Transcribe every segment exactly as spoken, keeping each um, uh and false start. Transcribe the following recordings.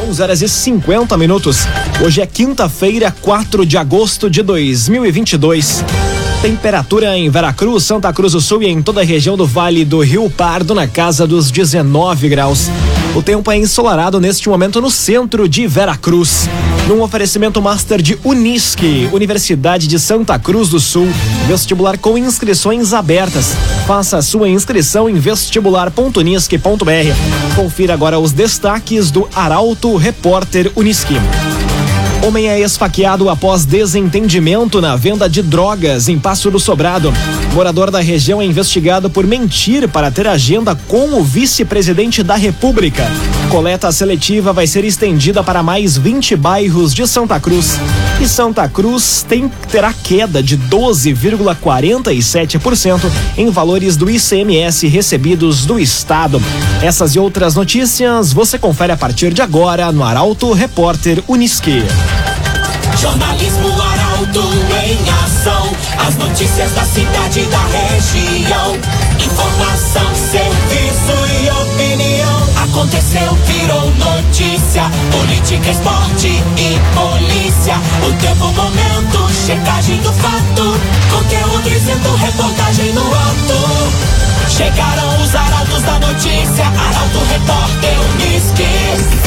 onze horas e cinquenta minutos. Hoje é quinta-feira, quatro de agosto de dois mil e vinte e dois. Temperatura em Veracruz, Santa Cruz do Sul e em toda a região do Vale do Rio Pardo na casa dos dezenove graus. O tempo é ensolarado neste momento no centro de Veracruz. Num oferecimento master de Unisque, Universidade de Santa Cruz do Sul, vestibular com inscrições abertas. Faça a sua inscrição em vestibular ponto unisque ponto br. Confira agora os destaques do Arauto Repórter Unisque. Homem é esfaqueado após desentendimento na venda de drogas em Passo do Sobrado. Morador da região é investigado por mentir para ter agenda com o vice-presidente da República. Coleta seletiva vai ser estendida para mais vinte bairros de Santa Cruz. E Santa Cruz tem, terá queda de doze vírgula quarenta e sete por cento em valores do I C M S recebidos do estado. Essas e outras notícias você confere a partir de agora no Arauto Repórter Unisque. Jornalismo Arauto em ação. As notícias da cidade e da região. Informação, serviço e opinião. Aconteceu, virou notícia. Política, esporte e polícia. O tempo, momento, checagem do fato. Conteúdo dizendo, reportagem no ato. Chegaram os arautos da notícia. Arauto Repórter Unisque.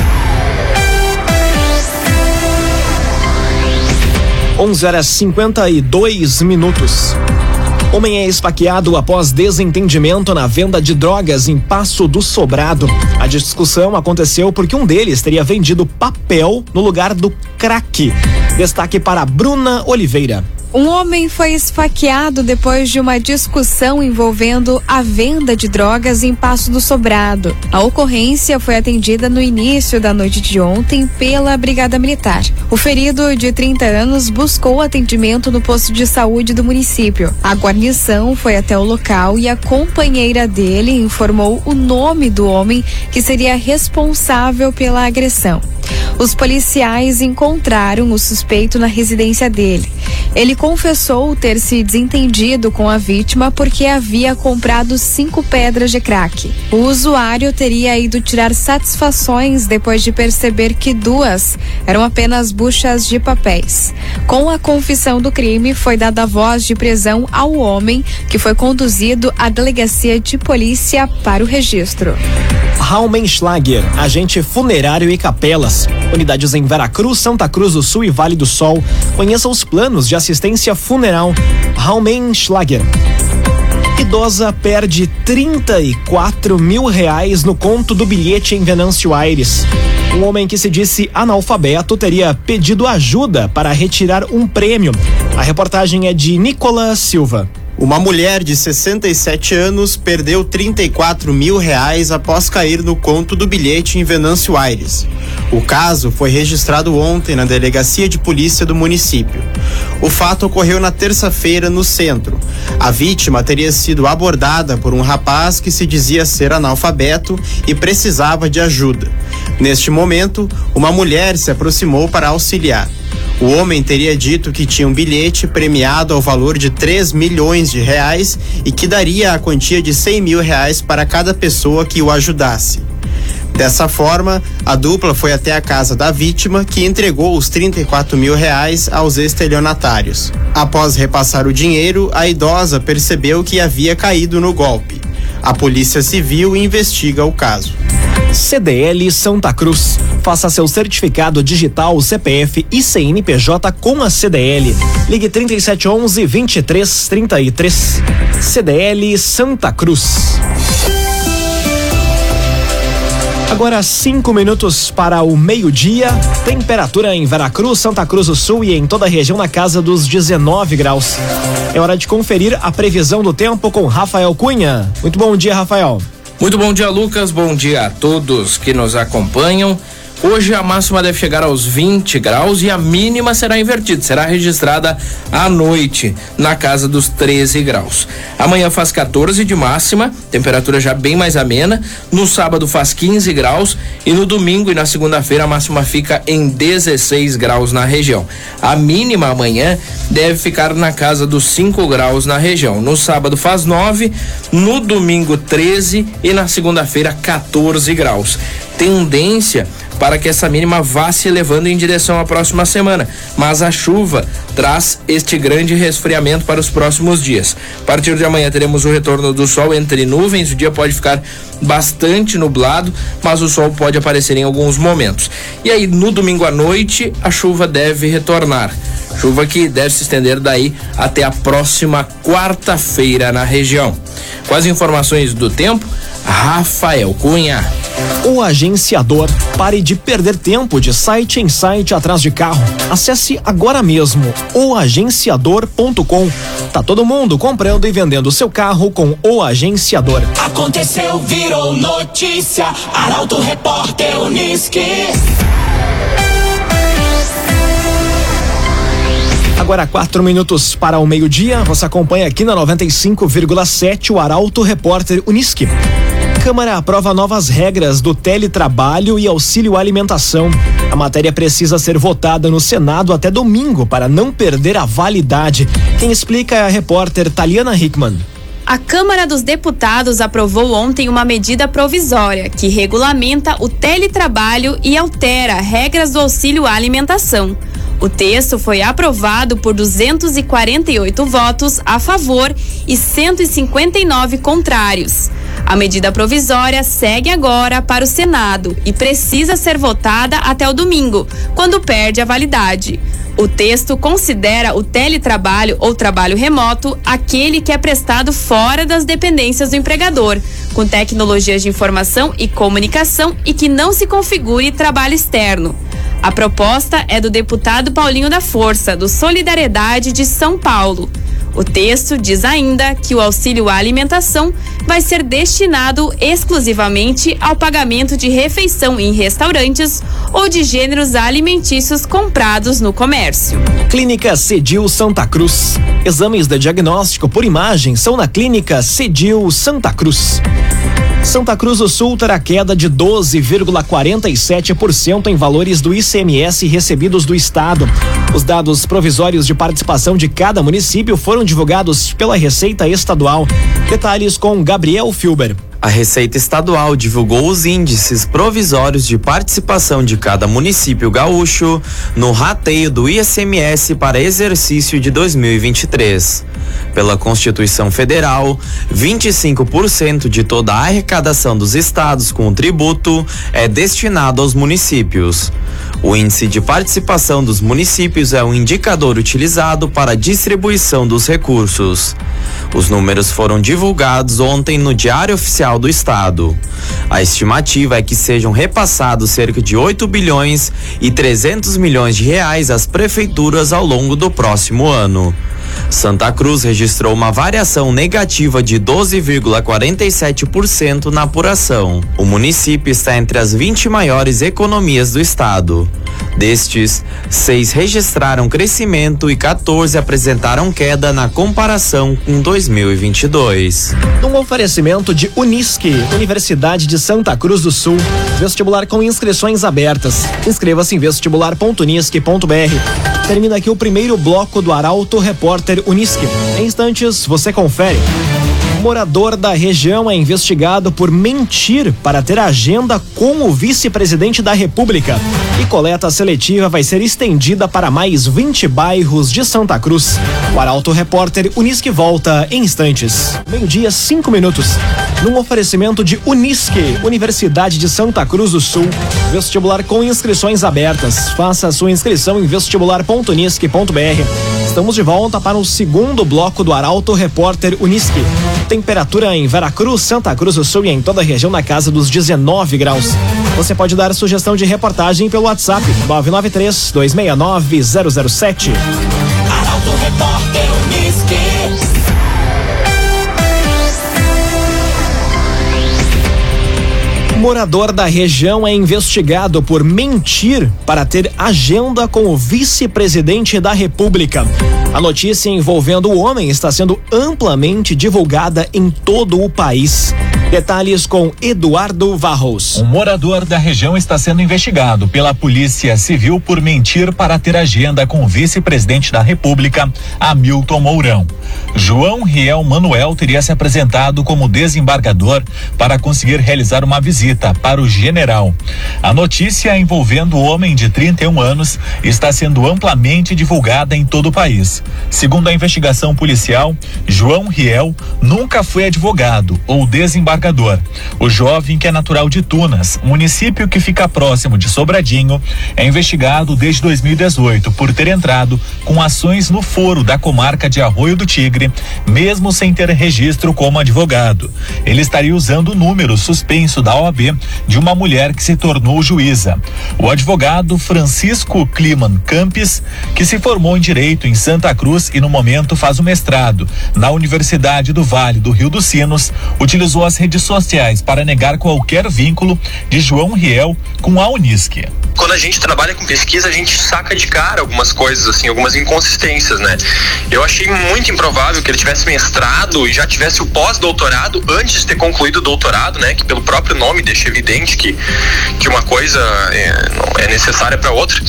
onze horas e cinquenta e dois minutos. Homem é esfaqueado após desentendimento na venda de drogas em Passo do Sobrado. A discussão aconteceu porque um deles teria vendido papel no lugar do crack. Destaque para Bruna Oliveira. Um homem foi esfaqueado depois de uma discussão envolvendo a venda de drogas em Passo do Sobrado. A ocorrência foi atendida no início da noite de ontem pela Brigada Militar. O ferido, de trinta anos, buscou atendimento no posto de saúde do município. A guarnição foi até o local e a companheira dele informou o nome do homem que seria responsável pela agressão. Os policiais encontraram o suspeito na residência dele. Ele confessou ter se desentendido com a vítima porque havia comprado cinco pedras de crack. O usuário teria ido tirar satisfações depois de perceber que duas eram apenas buchas de papéis. Com a confissão do crime, foi dada voz de prisão ao homem, que foi conduzido à delegacia de polícia para o registro. Raumenschlager, agente funerário e capelas. Unidades em Veracruz, Santa Cruz do Sul e Vale do Sol. Conheça os planos de assistência funeral. Raumenschlager. Idosa perde trinta e quatro mil reais no conto do bilhete em Venâncio Aires. Um homem que se disse analfabeto teria pedido ajuda para retirar um prêmio. A reportagem é de Nicolas Silva. Uma mulher de sessenta e sete anos perdeu trinta e quatro mil reais após cair no conto do bilhete em Venâncio Aires. O caso foi registrado ontem na delegacia de polícia do município. O fato ocorreu na terça-feira no centro. A vítima teria sido abordada por um rapaz que se dizia ser analfabeto e precisava de ajuda. Neste momento, uma mulher se aproximou para auxiliar. O homem teria dito que tinha um bilhete premiado ao valor de três milhões de reais e que daria a quantia de cem mil reais para cada pessoa que o ajudasse. Dessa forma, a dupla foi até a casa da vítima, que entregou os trinta e quatro mil reais aos estelionatários. Após repassar o dinheiro, a idosa percebeu que havia caído no golpe. A Polícia Civil investiga o caso. C D L Santa Cruz. Faça seu certificado digital, C P F e C N P J com a C D L. Ligue trinta e sete onze, vinte e três trinta e três. C D L Santa Cruz. Agora cinco minutos para o meio-dia. Temperatura em Veracruz, Santa Cruz do Sul e em toda a região na casa dos dezenove graus. É hora de conferir a previsão do tempo com Rafael Cunha. Muito bom dia, Rafael. Muito bom dia, Lucas. Bom dia a todos que nos acompanham. Hoje a máxima deve chegar aos vinte graus e a mínima será invertida, será registrada à noite na casa dos treze graus. Amanhã faz quatorze de máxima, temperatura já bem mais amena. No sábado faz quinze graus e no domingo e na segunda-feira a máxima fica em dezesseis graus na região. A mínima amanhã deve ficar na casa dos cinco graus na região. No sábado faz nove, no domingo treze e na segunda-feira quatorze graus. Tendência para que essa mínima vá se elevando em direção à próxima semana. Mas a chuva traz este grande resfriamento para os próximos dias. A partir de amanhã teremos o retorno do sol entre nuvens, o dia pode ficar bastante nublado, mas o sol pode aparecer em alguns momentos. E aí, no domingo à noite, a chuva deve retornar. Chuva que deve se estender daí até a próxima quarta-feira na região. Com as informações do tempo, Rafael Cunha. O agenciador. Pare de perder tempo de site em site atrás de carro. Acesse agora mesmo o agenciador ponto com. Tá todo mundo comprando e vendendo seu carro com o Agenciador. Aconteceu, virou notícia. Arauto Repórter Unisque. Agora quatro minutos para o meio-dia. Você acompanha aqui na noventa e cinco vírgula sete o Arauto Repórter Unisque. Câmara aprova novas regras do teletrabalho e auxílio alimentação. A matéria precisa ser votada no Senado até domingo para não perder a validade. Quem explica é a repórter Taliana Hickman. A Câmara dos Deputados aprovou ontem uma medida provisória que regulamenta o teletrabalho e altera regras do auxílio alimentação. O texto foi aprovado por duzentos e quarenta e oito votos a favor e cento e cinquenta e nove contrários. A medida provisória segue agora para o Senado e precisa ser votada até o domingo, quando perde a validade. O texto considera o teletrabalho ou trabalho remoto aquele que é prestado fora das dependências do empregador, com tecnologias de informação e comunicação e que não se configure trabalho externo. A proposta é do deputado Paulinho da Força, do Solidariedade de São Paulo. O texto diz ainda que o auxílio alimentação vai ser destinado exclusivamente ao pagamento de refeição em restaurantes ou de gêneros alimentícios comprados no comércio. Clínica Cedil Santa Cruz. Exames de diagnóstico por imagem são na Clínica Cedil Santa Cruz. Santa Cruz do Sul terá queda de doze vírgula quarenta e sete por cento em valores do I C M S recebidos do estado. Os dados provisórios de participação de cada município foram divulgados pela Receita Estadual. Detalhes com Gabriel Filber. A Receita Estadual divulgou os índices provisórios de participação de cada município gaúcho no rateio do I C M S para exercício de dois mil e vinte e três. Pela Constituição Federal, vinte e cinco por cento de toda a arrecadação dos estados com o tributo é destinado aos municípios. O índice de participação dos municípios é um indicador utilizado para a distribuição dos recursos. Os números foram divulgados ontem no Diário Oficial do Estado. A estimativa é que sejam repassados cerca de oito bilhões e trezentos milhões de reais às prefeituras ao longo do próximo ano. Santa Cruz registrou uma variação negativa de doze vírgula quarenta e sete por cento na apuração. O município está entre as vinte maiores economias do estado. Destes, seis registraram crescimento e quatorze apresentaram queda na comparação com dois mil e vinte e dois. Um oferecimento de Unisque, Universidade de Santa Cruz do Sul. Vestibular com inscrições abertas. Inscreva-se em vestibular ponto unisque ponto br. Termina aqui o primeiro bloco do Arauto Repórter Unisque. Em instantes, você confere. Morador da região é investigado por mentir para ter agenda com o vice-presidente da República. E coleta seletiva vai ser estendida para mais vinte bairros de Santa Cruz. O Arauto Repórter Unisque volta em instantes. Meio-dia, cinco minutos. Num oferecimento de Unisque, Universidade de Santa Cruz do Sul. Vestibular com inscrições abertas. Faça a sua inscrição em vestibular ponto unisque ponto br. Estamos de volta para o segundo bloco do Arauto Repórter Unisque. Temperatura em Veracruz, Santa Cruz do Sul e em toda a região na casa dos dezenove graus. Você pode dar sugestão de reportagem pelo WhatsApp nove nove três, dois seis nove, zero zero sete. Arauto Repórter Unisque. Morador da região é investigado por mentir para ter agenda com o vice-presidente da República. A notícia envolvendo o homem está sendo amplamente divulgada em todo o país. Detalhes com Eduardo Varros. Um morador da região está sendo investigado pela Polícia Civil por mentir para ter agenda com o vice-presidente da República, Hamilton Mourão. João Riel Manuel teria se apresentado como desembargador para conseguir realizar uma visita para o general. A notícia envolvendo o homem de trinta e um anos está sendo amplamente divulgada em todo o país. Segundo a investigação policial, João Riel nunca foi advogado ou desembargador. O jovem, que é natural de Tunas, município que fica próximo de Sobradinho, é investigado desde dois mil e dezoito por ter entrado com ações no foro da comarca de Arroio do Tigre, mesmo sem ter registro como advogado. Ele estaria usando o número suspenso da O A B de uma mulher que se tornou juíza. O advogado Francisco Kliman Campes, que se formou em Direito em Santa Cruz e no momento faz o mestrado na Universidade do Vale do Rio dos Sinos, utilizou as redes sociais para negar qualquer vínculo de João Riel com a Unisc. Quando a gente trabalha com pesquisa, a gente saca de cara algumas coisas, assim, algumas inconsistências, né? Eu achei muito improvável que ele tivesse mestrado e já tivesse o pós-doutorado antes de ter concluído o doutorado, né? Que pelo próprio nome deixa evidente que, que uma coisa é, é necessária para outra.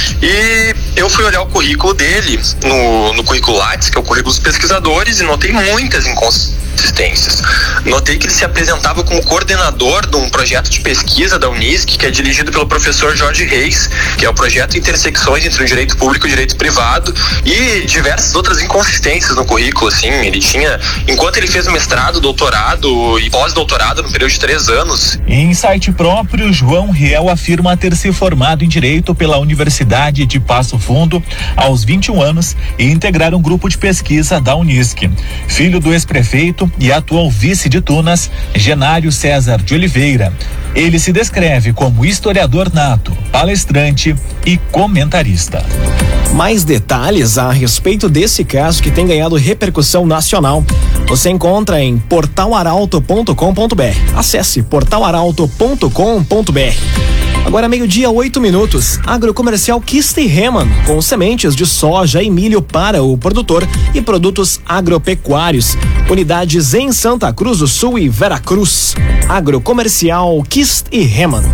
E eu fui olhar o currículo dele no, no currículo Lattes, que é o currículo dos pesquisadores, e notei muitas inconsistências. Notei que ele se apresentava como coordenador de um projeto de pesquisa da Unisc, que é dirigido pelo professor Jorge Reis, que é o projeto Intersecções entre o Direito Público e o Direito Privado, e diversas outras inconsistências no currículo, assim. Ele tinha, enquanto ele fez o mestrado, doutorado e pós-doutorado no período de três anos. Em site próprio, João Riel afirma ter se formado em Direito pela Universidade de Passo Fundo aos vinte e um anos e integrar um grupo de pesquisa da Unisc. Filho do ex-prefeito e atual vice de Tunas, Genário César de Oliveira. Ele se descreve como historiador nato, palestrante e comentarista. Mais detalhes a respeito desse caso que tem ganhado repercussão nacional você encontra em portal arauto ponto com ponto br. Acesse portal arauto ponto com ponto br. Agora meio-dia, oito minutos. Agrocomercial Kist e Hemann, com sementes de soja e milho para o produtor e produtos agropecuários. Unidades em Santa Cruz do Sul e Veracruz. Agrocomercial Kist e Hemann.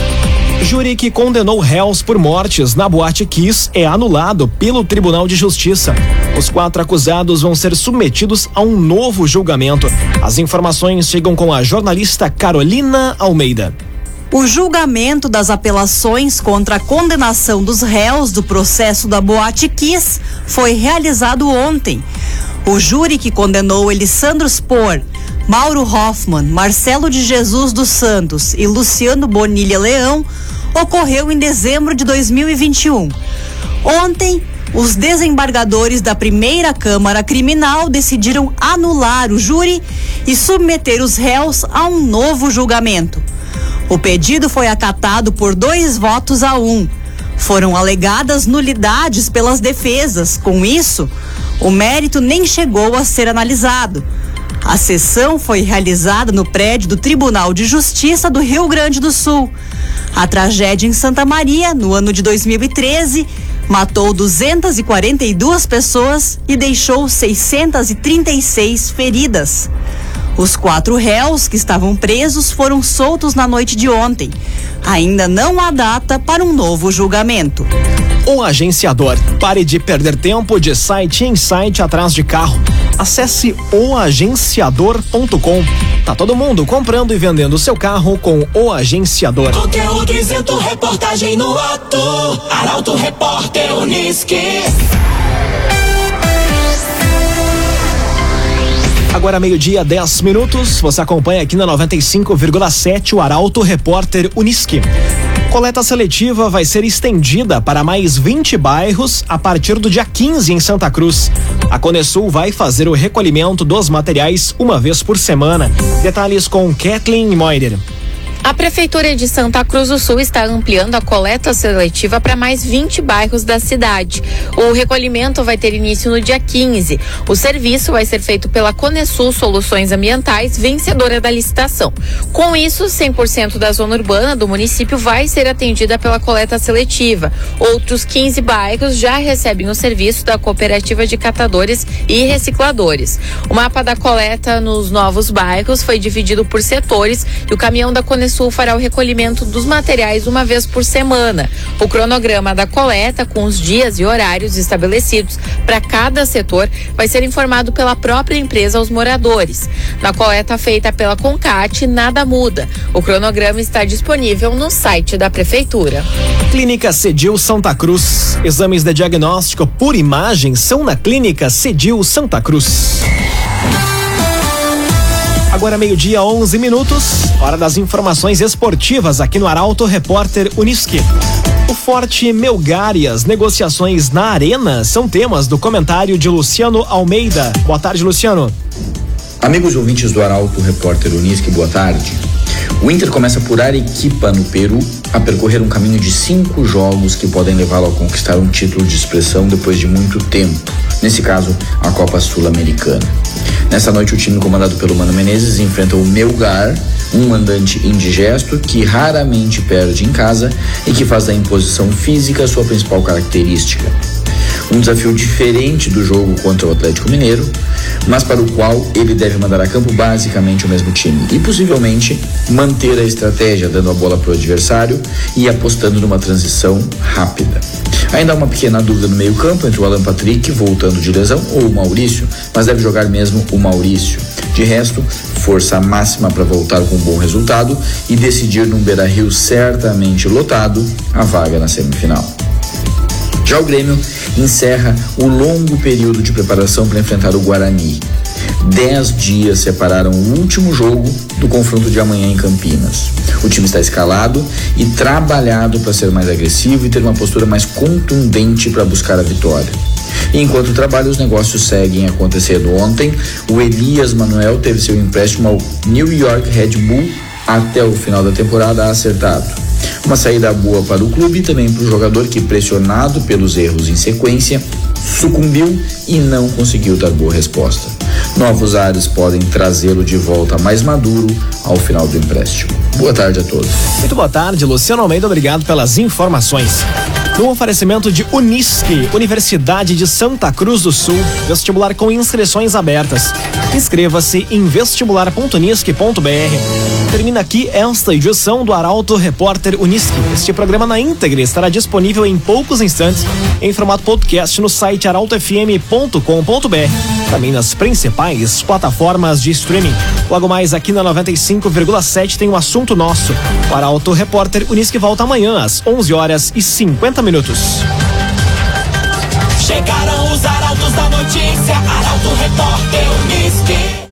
Júri que condenou réus por mortes na Boate Kiss é anulado pelo Tribunal de Justiça. Os quatro acusados vão ser submetidos a um novo julgamento. As informações chegam com a jornalista Carolina Almeida. O julgamento das apelações contra a condenação dos réus do processo da Boate Kiss foi realizado ontem. O júri que condenou Elissandro Spor, Mauro Hoffman, Marcelo de Jesus dos Santos e Luciano Bonilha Leão ocorreu em dezembro de dois mil e vinte e um. Ontem, os desembargadores da primeira Câmara Criminal decidiram anular o júri e submeter os réus a um novo julgamento. O pedido foi acatado por dois votos a um. Foram alegadas nulidades pelas defesas. Com isso, o mérito nem chegou a ser analisado. A sessão foi realizada no prédio do Tribunal de Justiça do Rio Grande do Sul. A tragédia em Santa Maria, no ano de dois mil e treze, matou duzentas e quarenta e duas pessoas e deixou seiscentas e trinta e seis feridas. Os quatro réus que estavam presos foram soltos na noite de ontem. Ainda não há data para um novo julgamento. O agenciador. Pare de perder tempo de site em site atrás de carro. Acesse o agenciador ponto com. Tá todo mundo comprando e vendendo seu carro com o agenciador. Conteúdo isento, reportagem no ato. Arauto Repórter Unisc. Agora meio-dia, dez minutos. Você acompanha aqui na noventa e cinco vírgula sete o Arauto Repórter Unisc. Coleta seletiva vai ser estendida para mais vinte bairros a partir do dia quinze em Santa Cruz. A Conesul vai fazer o recolhimento dos materiais uma vez por semana. Detalhes com Kathleen Moider. A Prefeitura de Santa Cruz do Sul está ampliando a coleta seletiva para mais vinte bairros da cidade. O recolhimento vai ter início no dia quinze. O serviço vai ser feito pela Conesul Soluções Ambientais, vencedora da licitação. Com isso, cem por cento da zona urbana do município vai ser atendida pela coleta seletiva. Outros quinze bairros já recebem o serviço da Cooperativa de Catadores e Recicladores. O mapa da coleta nos novos bairros foi dividido por setores e o caminhão da Conesul fará o recolhimento dos materiais uma vez por semana. O cronograma da coleta, com os dias e horários estabelecidos para cada setor, vai ser informado pela própria empresa aos moradores. Na coleta feita pela Concat, nada muda. O cronograma está disponível no site da Prefeitura. Clínica Cedil Santa Cruz. Exames de diagnóstico por imagem são na Clínica Cedil Santa Cruz. Agora meio-dia, onze minutos, hora das informações esportivas aqui no Arauto Repórter Uniski. O Forte Melgar e as negociações na Arena são temas do comentário de Luciano Almeida. Boa tarde, Luciano. Amigos e ouvintes do Arauto Repórter Uniski, boa tarde. O Inter começa por Arequipa, no Peru, a percorrer um caminho de cinco jogos que podem levá-lo a conquistar um título de expressão depois de muito tempo. Nesse caso, a Copa Sul-Americana. Nessa noite, o time comandado pelo Mano Menezes enfrenta o Melgar, um mandante indigesto que raramente perde em casa e que faz da imposição física sua principal característica. Um desafio diferente do jogo contra o Atlético Mineiro, mas para o qual ele deve mandar a campo basicamente o mesmo time e possivelmente manter a estratégia, dando a bola para o adversário e apostando numa transição rápida. Ainda há uma pequena dúvida no meio-campo entre o Alan Patrick, voltando de lesão, ou o Maurício, mas deve jogar mesmo o Maurício. De resto, força máxima para voltar com um bom resultado e decidir num Beira-Rio certamente lotado a vaga na semifinal. Já o Grêmio encerra o longo período de preparação para enfrentar o Guarani. Dez dias separaram o último jogo do confronto de amanhã em Campinas. O time está escalado e trabalhado para ser mais agressivo e ter uma postura mais contundente para buscar a vitória. E enquanto trabalha, os negócios seguem acontecendo. Ontem, o Elias Manuel teve seu empréstimo ao New York Red Bull até o final da temporada acertado. Uma saída boa para o clube e também para o jogador que, pressionado pelos erros em sequência, sucumbiu e não conseguiu dar boa resposta. Novos ares podem trazê-lo de volta mais maduro ao final do empréstimo. Boa tarde a todos. Muito boa tarde, Luciano Almeida, obrigado pelas informações. No oferecimento de Uniski, Universidade de Santa Cruz do Sul, vestibular com inscrições abertas. Inscreva-se em vestibular ponto unisque ponto br. Termina aqui esta edição do Arauto Repórter Uniski. Este programa na íntegra estará disponível em poucos instantes em formato podcast no site arauto f m ponto com ponto b r, também nas principais plataformas de streaming. Logo mais aqui na noventa e cinco vírgula sete tem um assunto nosso. O Arauto Repórter Uniski volta amanhã às onze horas e cinquenta minutos. Chegaram os arautos da notícia, Arauto Repórter Uniski.